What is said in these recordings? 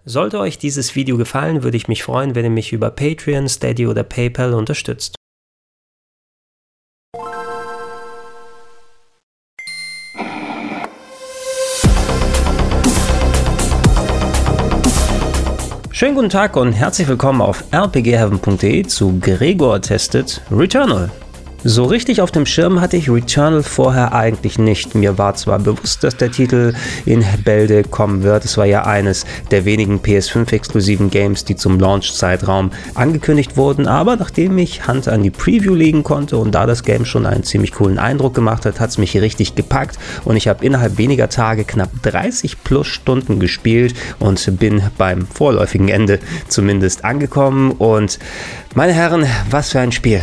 Sollte euch dieses Video gefallen, würde ich mich freuen, wenn ihr mich über Patreon, Steady oder PayPal unterstützt. Schönen guten Tag und herzlich willkommen auf rpgheaven.de zu Gregor testet Returnal. So richtig auf dem Schirm hatte ich Returnal vorher eigentlich nicht. Mir war zwar bewusst, dass der Titel in Bälde kommen wird. Es war ja eines der wenigen PS5-exklusiven Games, die zum Launch-Zeitraum angekündigt wurden. Aber nachdem ich Hand an die Preview legen konnte und da das Game schon einen ziemlich coolen Eindruck gemacht hat, hat es mich richtig gepackt. Und ich habe innerhalb weniger Tage knapp 30 plus Stunden gespielt und bin beim vorläufigen Ende zumindest angekommen. Und meine Herren, was für ein Spiel!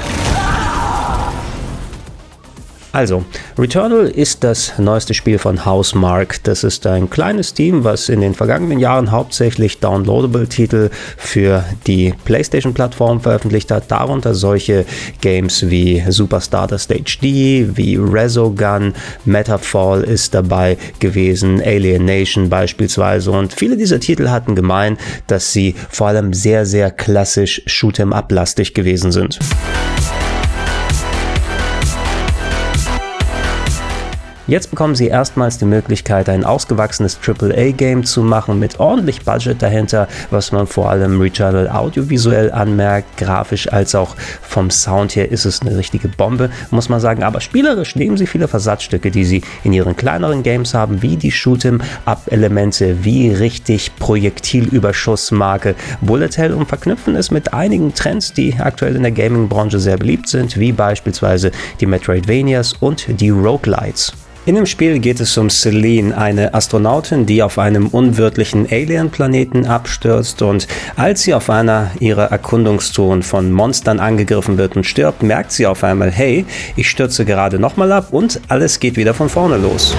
Also, Returnal ist das neueste Spiel von Housemarque. Das ist ein kleines Team, was in den vergangenen Jahren hauptsächlich Downloadable-Titel für die PlayStation-Plattform veröffentlicht hat. Darunter solche Games wie Super Stardust HD, wie Resogun, Metafall ist dabei gewesen, Alienation beispielsweise. Und viele dieser Titel hatten gemein, dass sie vor allem sehr, sehr klassisch Shoot'em-up-lastig gewesen sind. Jetzt bekommen sie erstmals die Möglichkeit, ein ausgewachsenes AAA-Game zu machen mit ordentlich Budget dahinter, was man vor allem Returnal audiovisuell anmerkt. Grafisch als auch vom Sound her ist es eine richtige Bombe, muss man sagen. Aber spielerisch nehmen sie viele Versatzstücke, die sie in ihren kleineren Games haben, wie die Shoot'em-up-Elemente, wie richtig Projektilüberschussmarke Bullet Hell und verknüpfen es mit einigen Trends, die aktuell in der Gaming-Branche sehr beliebt sind, wie beispielsweise die Metroidvanias und die Roguelites. In dem Spiel geht es um Celine, eine Astronautin, die auf einem unwirtlichen Alien-Planeten abstürzt, und als sie auf einer ihrer Erkundungstouren von Monstern angegriffen wird und stirbt, merkt sie auf einmal, hey, ich stürze gerade nochmal ab und alles geht wieder von vorne los.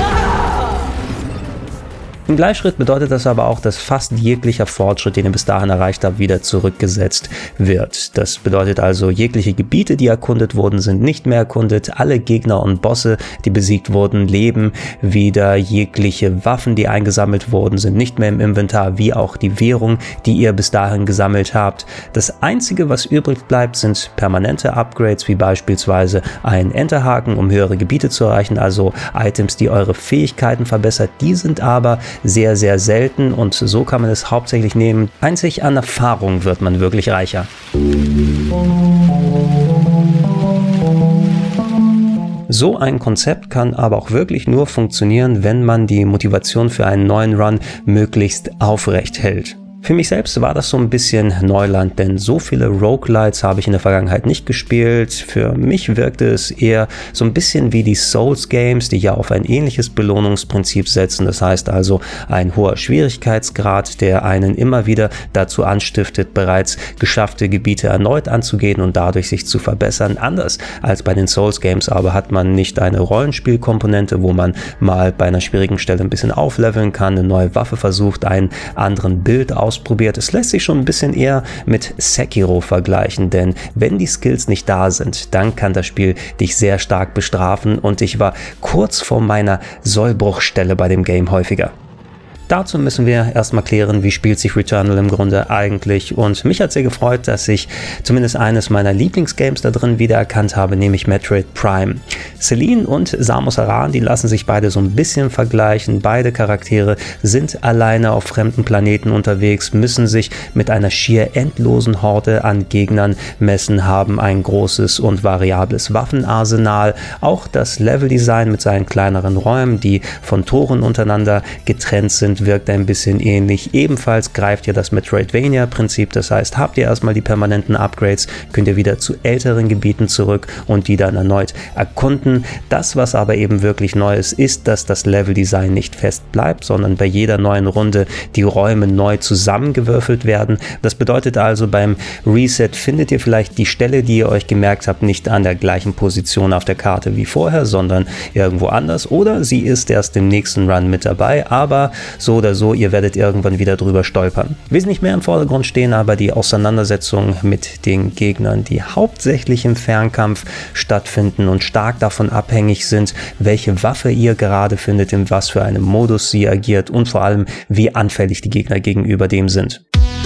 Im Gleichschritt bedeutet das aber auch, dass fast jeglicher Fortschritt, den ihr bis dahin erreicht habt, wieder zurückgesetzt wird. Das bedeutet also, jegliche Gebiete, die erkundet wurden, sind nicht mehr erkundet. Alle Gegner und Bosse, die besiegt wurden, leben wieder. Jegliche Waffen, die eingesammelt wurden, sind nicht mehr im Inventar, wie auch die Währung, die ihr bis dahin gesammelt habt. Das Einzige, was übrig bleibt, sind permanente Upgrades, wie beispielsweise ein Enterhaken, um höhere Gebiete zu erreichen, also Items, die eure Fähigkeiten verbessert. Die sind aber sehr, sehr selten und so kann man es hauptsächlich nehmen. Einzig an Erfahrung wird man wirklich reicher. So ein Konzept kann aber auch wirklich nur funktionieren, wenn man die Motivation für einen neuen Run möglichst aufrecht hält. Für mich selbst war das so ein bisschen Neuland, denn so viele Roguelites habe ich in der Vergangenheit nicht gespielt. Für mich wirkte es eher so ein bisschen wie die Souls-Games, die ja auf ein ähnliches Belohnungsprinzip setzen. Das heißt also ein hoher Schwierigkeitsgrad, der einen immer wieder dazu anstiftet, bereits geschaffte Gebiete erneut anzugehen und dadurch sich zu verbessern. Anders als bei den Souls-Games aber hat man nicht eine Rollenspielkomponente, wo man mal bei einer schwierigen Stelle ein bisschen aufleveln kann, eine neue Waffe versucht, einen anderen Build ausprobiert. Es lässt sich schon ein bisschen eher mit Sekiro vergleichen, denn wenn die Skills nicht da sind, dann kann das Spiel dich sehr stark bestrafen und ich war kurz vor meiner Sollbruchstelle bei dem Game häufiger. Dazu müssen wir erstmal klären, wie spielt sich Returnal im Grunde eigentlich, und mich hat sehr gefreut, dass ich zumindest eines meiner Lieblingsgames da drin wiedererkannt habe, nämlich Metroid Prime. Celine und Samus Aran, die lassen sich beide so ein bisschen vergleichen. Beide Charaktere sind alleine auf fremden Planeten unterwegs, müssen sich mit einer schier endlosen Horde an Gegnern messen, haben ein großes und variables Waffenarsenal. Auch das Leveldesign mit seinen kleineren Räumen, die von Toren untereinander getrennt sind, wirkt ein bisschen ähnlich. Ebenfalls greift ja das Metroidvania-Prinzip, das heißt, habt ihr erstmal die permanenten Upgrades, könnt ihr wieder zu älteren Gebieten zurück und die dann erneut erkunden. Das, was aber eben wirklich neu ist, dass das Leveldesign nicht fest bleibt, sondern bei jeder neuen Runde die Räume neu zusammengewürfelt werden. Das bedeutet also, beim Reset findet ihr vielleicht die Stelle, die ihr euch gemerkt habt, nicht an der gleichen Position auf der Karte wie vorher, sondern irgendwo anders, oder sie ist erst im nächsten Run mit dabei, aber so oder so, ihr werdet irgendwann wieder drüber stolpern. Wesentlich mehr im Vordergrund stehen aber die Auseinandersetzungen mit den Gegnern, die hauptsächlich im Fernkampf stattfinden und stark davon abhängig sind, welche Waffe ihr gerade findet, in was für einem Modus sie agiert und vor allem, wie anfällig die Gegner gegenüber dem sind.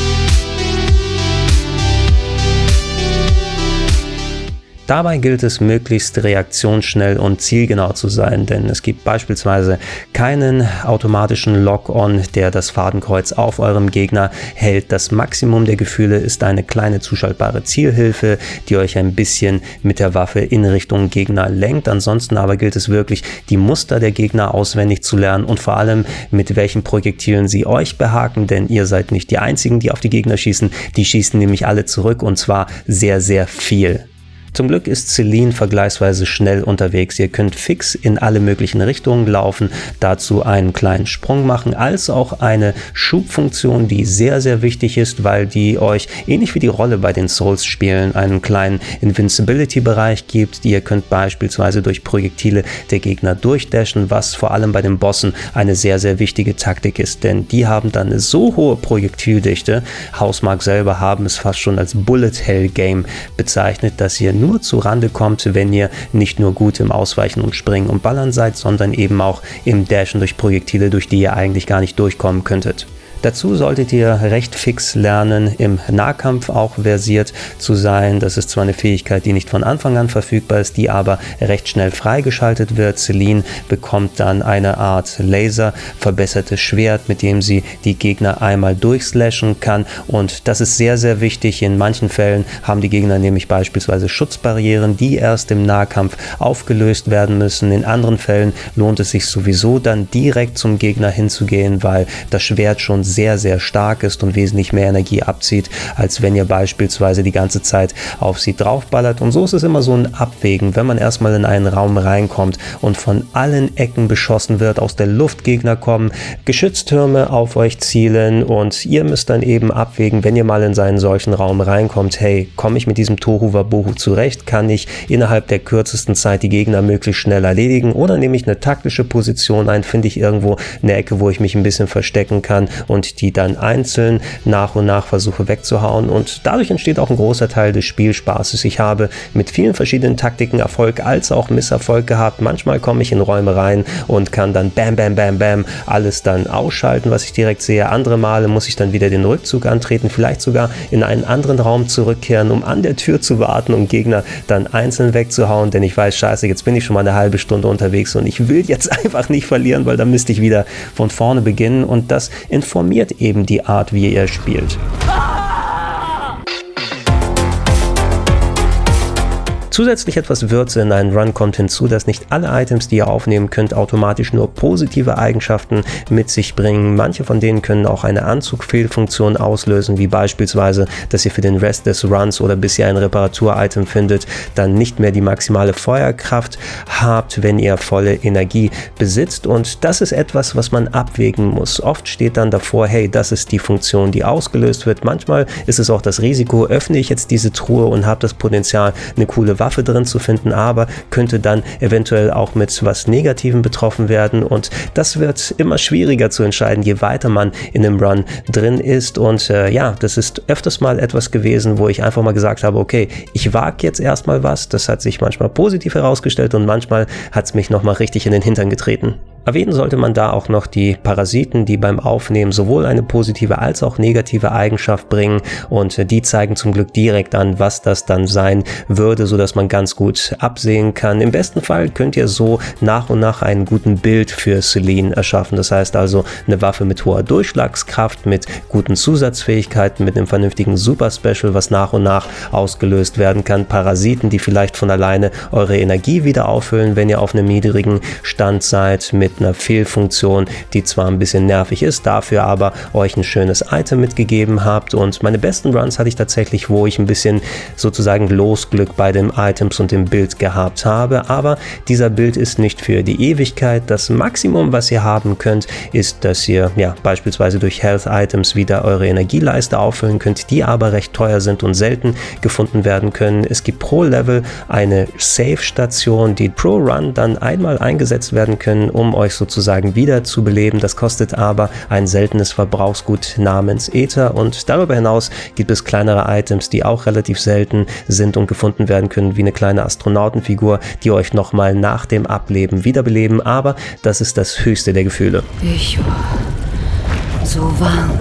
Dabei gilt es, möglichst reaktionsschnell und zielgenau zu sein, denn es gibt beispielsweise keinen automatischen Lock-on, der das Fadenkreuz auf eurem Gegner hält. Das Maximum der Gefühle ist eine kleine zuschaltbare Zielhilfe, die euch ein bisschen mit der Waffe in Richtung Gegner lenkt. Ansonsten aber gilt es wirklich, die Muster der Gegner auswendig zu lernen und vor allem mit welchen Projektilen sie euch behaken, denn ihr seid nicht die Einzigen, die auf die Gegner schießen. Die schießen nämlich alle zurück und zwar sehr, sehr viel. Zum Glück ist Celine vergleichsweise schnell unterwegs. Ihr könnt fix in alle möglichen Richtungen laufen, dazu einen kleinen Sprung machen, als auch eine Schubfunktion, die sehr, sehr wichtig ist, weil die euch, ähnlich wie die Rolle bei den Souls-Spielen, einen kleinen Invincibility-Bereich gibt. Ihr könnt beispielsweise durch Projektile der Gegner durchdashen, was vor allem bei den Bossen eine sehr, sehr wichtige Taktik ist, denn die haben dann eine so hohe Projektildichte. Housemarque selber haben es fast schon als Bullet-Hell-Game bezeichnet, dass ihr nur zu Rande kommt, wenn ihr nicht nur gut im Ausweichen und Springen und Ballern seid, sondern eben auch im Dashen durch Projektile, durch die ihr eigentlich gar nicht durchkommen könntet. Dazu solltet ihr recht fix lernen, im Nahkampf auch versiert zu sein. Das ist zwar eine Fähigkeit, die nicht von Anfang an verfügbar ist, die aber recht schnell freigeschaltet wird. Celine bekommt dann eine Art Laser, verbessertes Schwert, mit dem sie die Gegner einmal durchslashen kann, und das ist sehr, sehr wichtig. In manchen Fällen haben die Gegner nämlich beispielsweise Schutzbarrieren, die erst im Nahkampf aufgelöst werden müssen. In anderen Fällen lohnt es sich sowieso dann direkt zum Gegner hinzugehen, weil das Schwert schon sehr, sehr stark ist und wesentlich mehr Energie abzieht, als wenn ihr beispielsweise die ganze Zeit auf sie draufballert. Und so ist es immer so ein Abwägen, wenn man erstmal in einen Raum reinkommt und von allen Ecken beschossen wird, aus der Luft Gegner kommen, Geschütztürme auf euch zielen und ihr müsst dann eben abwägen, wenn ihr mal in einen solchen Raum reinkommt, hey, komme ich mit diesem Tohu Wabohu zurecht? Kann ich innerhalb der kürzesten Zeit die Gegner möglichst schnell erledigen, oder nehme ich eine taktische Position ein, finde ich irgendwo eine Ecke, wo ich mich ein bisschen verstecken kann und die dann einzeln nach und nach versuche wegzuhauen, und dadurch entsteht auch ein großer Teil des Spielspaßes. Ich habe mit vielen verschiedenen Taktiken Erfolg als auch Misserfolg gehabt. Manchmal komme ich in Räume rein und kann dann bam, bam, bam, bam alles dann ausschalten, was ich direkt sehe. Andere Male muss ich dann wieder den Rückzug antreten, vielleicht sogar in einen anderen Raum zurückkehren, um an der Tür zu warten, um Gegner dann einzeln wegzuhauen, denn ich weiß, scheiße, jetzt bin ich schon mal eine halbe Stunde unterwegs und ich will jetzt einfach nicht verlieren, weil dann müsste ich wieder von vorne beginnen, und das informiert eben die Art, wie ihr spielt. Zusätzlich etwas Würze in einen Run kommt hinzu, dass nicht alle Items, die ihr aufnehmen könnt, automatisch nur positive Eigenschaften mit sich bringen. Manche von denen können auch eine Anzugfehlfunktion auslösen, wie beispielsweise, dass ihr für den Rest des Runs oder bis ihr ein Reparatur-Item findet, dann nicht mehr die maximale Feuerkraft habt, wenn ihr volle Energie besitzt, und das ist etwas, was man abwägen muss. Oft steht dann davor, hey, das ist die Funktion, die ausgelöst wird. Manchmal ist es auch das Risiko, öffne ich jetzt diese Truhe und habe das Potenzial, eine coole Waffe drin zu finden, aber könnte dann eventuell auch mit was Negativem betroffen werden, und das wird immer schwieriger zu entscheiden, je weiter man in einem Run drin ist, und ja, das ist öfters mal etwas gewesen, wo ich einfach mal gesagt habe, okay, ich wage jetzt erstmal was, das hat sich manchmal positiv herausgestellt und manchmal hat es mich nochmal richtig in den Hintern getreten. Erwähnen sollte man da auch noch die Parasiten, die beim Aufnehmen sowohl eine positive als auch negative Eigenschaft bringen, und die zeigen zum Glück direkt an, was das dann sein würde, sodass man ganz gut absehen kann. Im besten Fall könnt ihr so nach und nach einen guten Bild für Celine erschaffen. Das heißt also eine Waffe mit hoher Durchschlagskraft, mit guten Zusatzfähigkeiten, mit einem vernünftigen Super Special, was nach und nach ausgelöst werden kann. Parasiten, die vielleicht von alleine eure Energie wieder auffüllen, wenn ihr auf einem niedrigen Stand seid, mit einer Fehlfunktion, die zwar ein bisschen nervig ist, dafür aber euch ein schönes Item mitgegeben habt. Und meine besten Runs hatte ich tatsächlich, wo ich ein bisschen sozusagen Losglück bei den Items und dem Bild gehabt habe, aber dieser Bild ist nicht für die Ewigkeit. Das Maximum, was ihr haben könnt, ist, dass ihr ja beispielsweise durch Health Items wieder eure Energieleiste auffüllen könnt, die aber recht teuer sind und selten gefunden werden können. Es gibt pro Level eine Save-Station, die pro Run dann einmal eingesetzt werden können, um euch sozusagen wieder zu beleben. Das kostet aber ein seltenes Verbrauchsgut namens Ether, und darüber hinaus gibt es kleinere Items, die auch relativ selten sind und gefunden werden können, wie eine kleine Astronautenfigur, die euch nochmal nach dem Ableben wiederbeleben, aber das ist das höchste der Gefühle. Ich war so warm.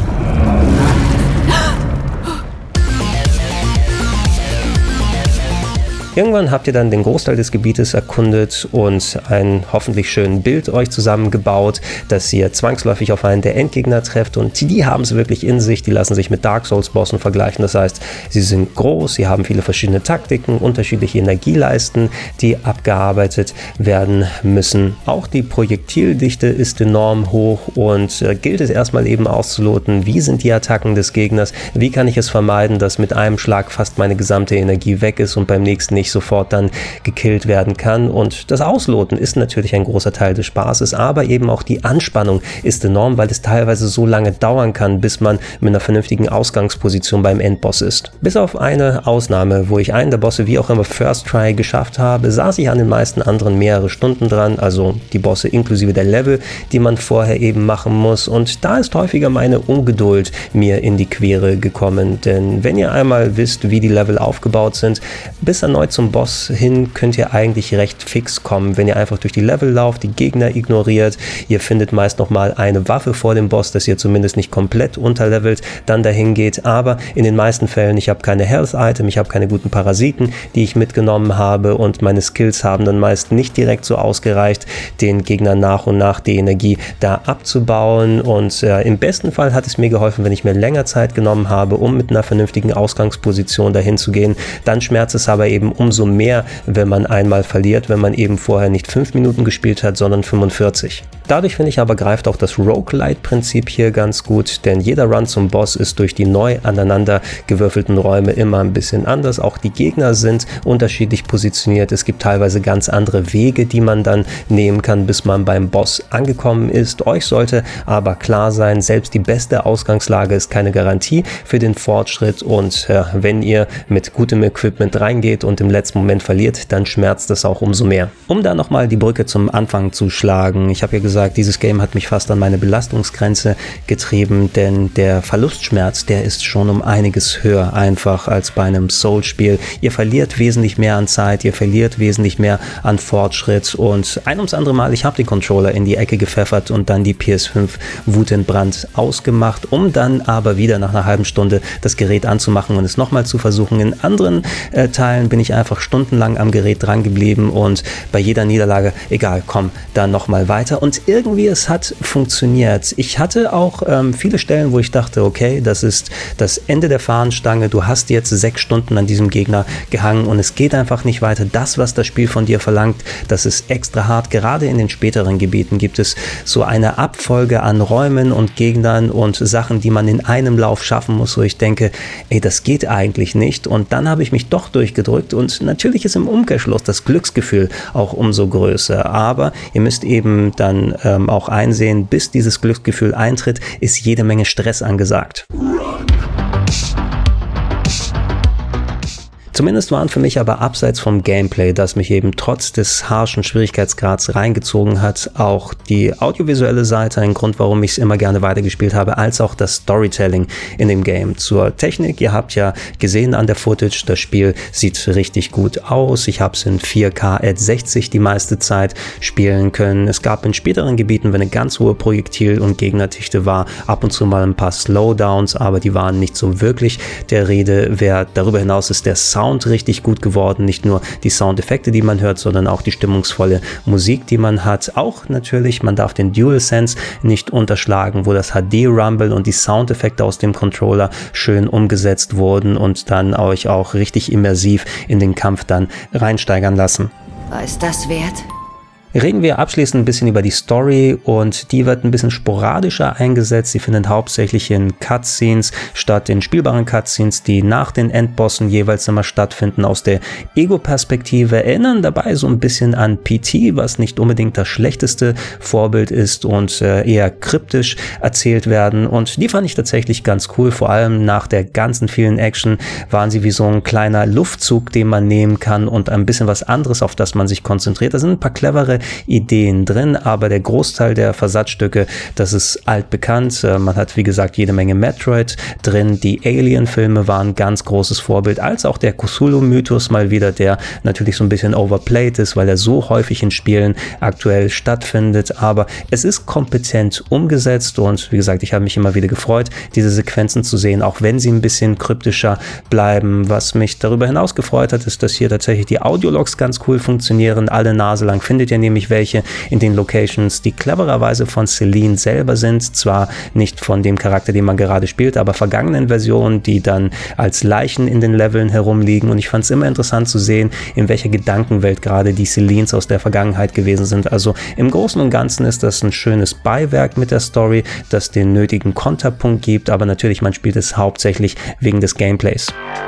Irgendwann habt ihr dann den Großteil des Gebietes erkundet und ein hoffentlich schönes Bild euch zusammengebaut, dass ihr zwangsläufig auf einen der Endgegner trefft, und die haben es wirklich in sich. Die lassen sich mit Dark Souls Bossen vergleichen. Das heißt, sie sind groß, sie haben viele verschiedene Taktiken, unterschiedliche Energieleisten, die abgearbeitet werden müssen. Auch die Projektildichte ist enorm hoch, und gilt es erstmal eben auszuloten, wie sind die Attacken des Gegners, wie kann ich es vermeiden, dass mit einem Schlag fast meine gesamte Energie weg ist und beim nächsten nicht sofort dann gekillt werden kann. Und das Ausloten ist natürlich ein großer Teil des Spaßes, aber eben auch die Anspannung ist enorm, weil es teilweise so lange dauern kann, bis man mit einer vernünftigen Ausgangsposition beim Endboss ist. Bis auf eine Ausnahme, wo ich einen der Bosse wie auch immer First Try geschafft habe, saß ich an den meisten anderen mehrere Stunden dran, also die Bosse inklusive der Level, die man vorher eben machen muss, und da ist häufiger meine Ungeduld mir in die Quere gekommen, denn wenn ihr einmal wisst, wie die Level aufgebaut sind, bis erneut zum Boss hin könnt ihr eigentlich recht fix kommen, wenn ihr einfach durch die Level lauft, die Gegner ignoriert, ihr findet meist nochmal eine Waffe vor dem Boss, dass ihr zumindest nicht komplett unterlevelt, dann dahin geht, aber in den meisten Fällen, ich habe keine Health-Item, ich habe keine guten Parasiten, die ich mitgenommen habe, und meine Skills haben dann meist nicht direkt so ausgereicht, den Gegnern nach und nach die Energie da abzubauen, und im besten Fall hat es mir geholfen, wenn ich mir länger Zeit genommen habe, um mit einer vernünftigen Ausgangsposition dahin zu gehen. Dann schmerzt es aber eben umso mehr, wenn man einmal verliert, wenn man eben vorher nicht 5 Minuten gespielt hat, sondern 45. Dadurch finde ich aber, greift auch das Roguelite-Prinzip hier ganz gut, denn jeder Run zum Boss ist durch die neu aneinander gewürfelten Räume immer ein bisschen anders. Auch die Gegner sind unterschiedlich positioniert. Es gibt teilweise ganz andere Wege, die man dann nehmen kann, bis man beim Boss angekommen ist. Euch sollte aber klar sein, selbst die beste Ausgangslage ist keine Garantie für den Fortschritt, und wenn ihr mit gutem Equipment reingeht und im letzten Moment verliert, dann schmerzt es auch umso mehr. Um da nochmal die Brücke zum Anfang zu schlagen, ich habe ja gesagt, dieses Game hat mich fast an meine Belastungsgrenze getrieben, denn der Verlustschmerz, der ist schon um einiges höher einfach als bei einem Souls-Spiel. Ihr verliert wesentlich mehr an Zeit, ihr verliert wesentlich mehr an Fortschritt, und ein ums andere Mal, ich habe den Controller in die Ecke gepfeffert und dann die PS5 wutentbrannt ausgemacht, um dann aber wieder nach einer halben Stunde das Gerät anzumachen und es nochmal zu versuchen. In anderen Teilen bin ich einfach stundenlang am Gerät dran geblieben, und bei jeder Niederlage, egal, komm, dann nochmal weiter, und irgendwie, es hat funktioniert. Ich hatte auch viele Stellen, wo ich dachte, okay, das ist das Ende der Fahnenstange, du hast jetzt 6 Stunden an diesem Gegner gehangen und es geht einfach nicht weiter. Das, was das Spiel von dir verlangt, das ist extra hart. Gerade in den späteren Gebieten gibt es so eine Abfolge an Räumen und Gegnern und Sachen, die man in einem Lauf schaffen muss, wo ich denke, ey, das geht eigentlich nicht, und dann habe ich mich doch durchgedrückt, und natürlich ist im Umkehrschluss das Glücksgefühl auch umso größer, aber ihr müsst eben dann auch einsehen, bis dieses Glücksgefühl eintritt, ist jede Menge Stress angesagt. Zumindest waren für mich aber abseits vom Gameplay, das mich eben trotz des harschen Schwierigkeitsgrads reingezogen hat, auch die audiovisuelle Seite ein Grund, warum ich es immer gerne weitergespielt habe, als auch das Storytelling in dem Game. Zur Technik, ihr habt ja gesehen an der Footage, das Spiel sieht richtig gut aus. Ich habe es in 4K at 60 die meiste Zeit spielen können. Es gab in späteren Gebieten, wenn eine ganz hohe Projektil- und Gegnerdichte war, ab und zu mal ein paar Slowdowns, aber die waren nicht so wirklich der Rede wert. Darüber hinaus ist der Sound richtig gut geworden, nicht nur die Soundeffekte, die man hört, sondern auch die stimmungsvolle Musik, die man hat. Auch natürlich, man darf den DualSense nicht unterschlagen, wo das HD-Rumble und die Soundeffekte aus dem Controller schön umgesetzt wurden und dann euch auch richtig immersiv in den Kampf dann reinsteigern lassen. War es das wert? Reden wir abschließend ein bisschen über die Story, und die wird ein bisschen sporadischer eingesetzt. Sie findet hauptsächlich in Cutscenes statt, in spielbaren Cutscenes, die nach den Endbossen jeweils immer stattfinden, aus der Ego-Perspektive, erinnern dabei so ein bisschen an PT, was nicht unbedingt das schlechteste Vorbild ist und eher kryptisch erzählt werden, und die fand ich tatsächlich ganz cool. Vor allem nach der ganzen vielen Action waren sie wie so ein kleiner Luftzug, den man nehmen kann, und ein bisschen was anderes, auf das man sich konzentriert. Da sind ein paar clevere neue Ideen drin, aber der Großteil der Versatzstücke, das ist altbekannt. Man hat, wie gesagt, jede Menge Metroid drin. Die Alien-Filme waren ein ganz großes Vorbild, als auch der Cthulhu-Mythos mal wieder, der natürlich so ein bisschen overplayed ist, weil er so häufig in Spielen aktuell stattfindet. Aber es ist kompetent umgesetzt und wie gesagt, ich habe mich immer wieder gefreut, diese Sequenzen zu sehen, auch wenn sie ein bisschen kryptischer bleiben. Was mich darüber hinaus gefreut hat, ist, dass hier tatsächlich die Audiologs ganz cool funktionieren. Alle Nase lang findet ihr nämlich welche in den Locations, die clevererweise von Celine selber sind. Zwar nicht von dem Charakter, den man gerade spielt, aber vergangenen Versionen, die dann als Leichen in den Leveln herumliegen. Und ich fand es immer interessant zu sehen, in welcher Gedankenwelt gerade die Celines aus der Vergangenheit gewesen sind. Also im Großen und Ganzen ist das ein schönes Beiwerk mit der Story, das den nötigen Konterpunkt gibt, aber natürlich, man spielt es hauptsächlich wegen des Gameplays.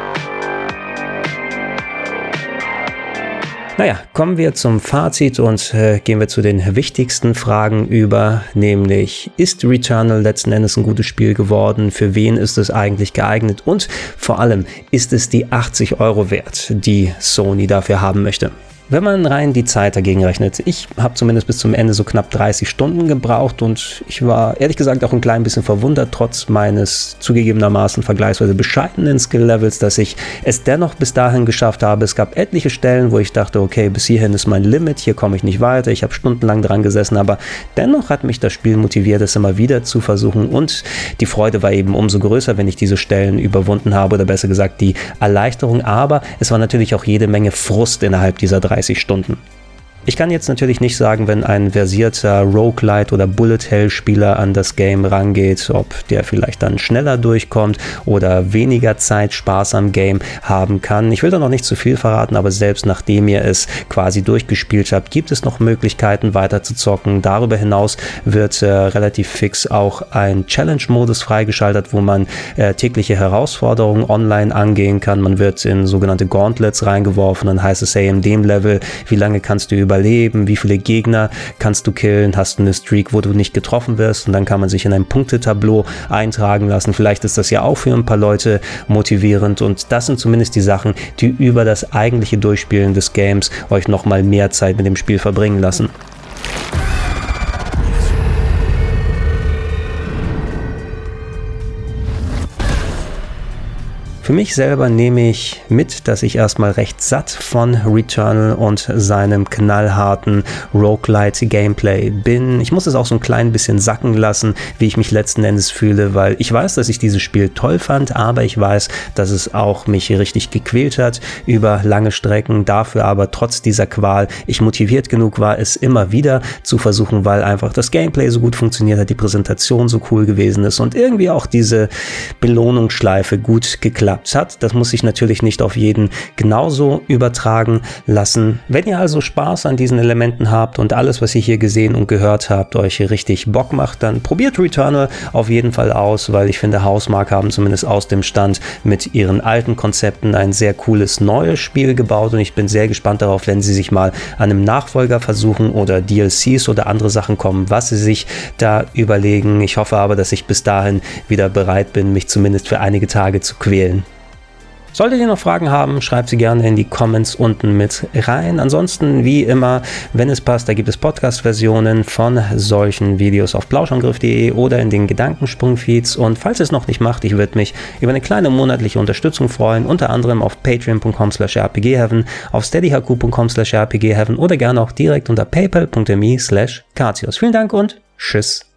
Naja, kommen wir zum Fazit und gehen wir zu den wichtigsten Fragen über, nämlich, ist Returnal letzten Endes ein gutes Spiel geworden? Für wen ist es eigentlich geeignet? Und vor allem, ist es die 80 € wert, die Sony dafür haben möchte? Wenn man rein die Zeit dagegen rechnet, ich habe zumindest bis zum Ende so knapp 30 Stunden gebraucht und ich war ehrlich gesagt auch ein klein bisschen verwundert, trotz meines zugegebenermaßen vergleichsweise bescheidenen Skill-Levels, dass ich es dennoch bis dahin geschafft habe. Es gab etliche Stellen, wo ich dachte, okay, bis hierhin ist mein Limit, hier komme ich nicht weiter, ich habe stundenlang dran gesessen, aber dennoch hat mich das Spiel motiviert, es immer wieder zu versuchen und die Freude war eben umso größer, wenn ich diese Stellen überwunden habe oder besser gesagt die Erleichterung, aber es war natürlich auch jede Menge Frust innerhalb dieser 30 Stunden. Ich kann jetzt natürlich nicht sagen, wenn ein versierter Roguelite oder Bullet-Hell-Spieler an das Game rangeht, ob der vielleicht dann schneller durchkommt oder weniger Zeit Spaß am Game haben kann. Ich will da noch nicht zu viel verraten, aber selbst nachdem ihr es quasi durchgespielt habt, gibt es noch Möglichkeiten weiter zu zocken. Darüber hinaus wird relativ fix auch ein Challenge-Modus freigeschaltet, wo man tägliche Herausforderungen online angehen kann. Man wird in sogenannte Gauntlets reingeworfen, dann heißt es, hey, in dem Level, wie lange kannst du überleben, wie viele Gegner kannst du killen, hast du eine Streak, wo du nicht getroffen wirst und dann kann man sich in ein Punktetableau eintragen lassen. Vielleicht ist das ja auch für ein paar Leute motivierend und das sind zumindest die Sachen, die über das eigentliche Durchspielen des Games euch nochmal mehr Zeit mit dem Spiel verbringen lassen. Für mich selber nehme ich mit, dass ich erstmal recht satt von Returnal und seinem knallharten Roguelite-Gameplay bin. Ich muss es auch so ein klein bisschen sacken lassen, wie ich mich letzten Endes fühle, weil ich weiß, dass ich dieses Spiel toll fand, aber ich weiß, dass es auch mich richtig gequält hat über lange Strecken. Dafür aber trotz dieser Qual ich motiviert genug war, es immer wieder zu versuchen, weil einfach das Gameplay so gut funktioniert hat, die Präsentation so cool gewesen ist und irgendwie auch diese Belohnungsschleife gut geklappt hat. Das muss sich natürlich nicht auf jeden genauso übertragen lassen. Wenn ihr also Spaß an diesen Elementen habt und alles, was ihr hier gesehen und gehört habt, euch richtig Bock macht, dann probiert Returnal auf jeden Fall aus, weil ich finde, Housemarque haben zumindest aus dem Stand mit ihren alten Konzepten ein sehr cooles neues Spiel gebaut und ich bin sehr gespannt darauf, wenn sie sich mal an einem Nachfolger versuchen oder DLCs oder andere Sachen kommen, was sie sich da überlegen. Ich hoffe aber, dass ich bis dahin wieder bereit bin, mich zumindest für einige Tage zu quälen. Solltet ihr noch Fragen haben, schreibt sie gerne in die Comments unten mit rein. Ansonsten, wie immer, wenn es passt, da gibt es Podcast-Versionen von solchen Videos auf plauschangriff.de oder in den Gedankensprung-Feeds. Und falls ihr es noch nicht macht, ich würde mich über eine kleine monatliche Unterstützung freuen, unter anderem auf patreon.com/rpgheaven, auf steadyhq.com/rpgheaven oder gerne auch direkt unter paypal.me/Katios. Vielen Dank und tschüss.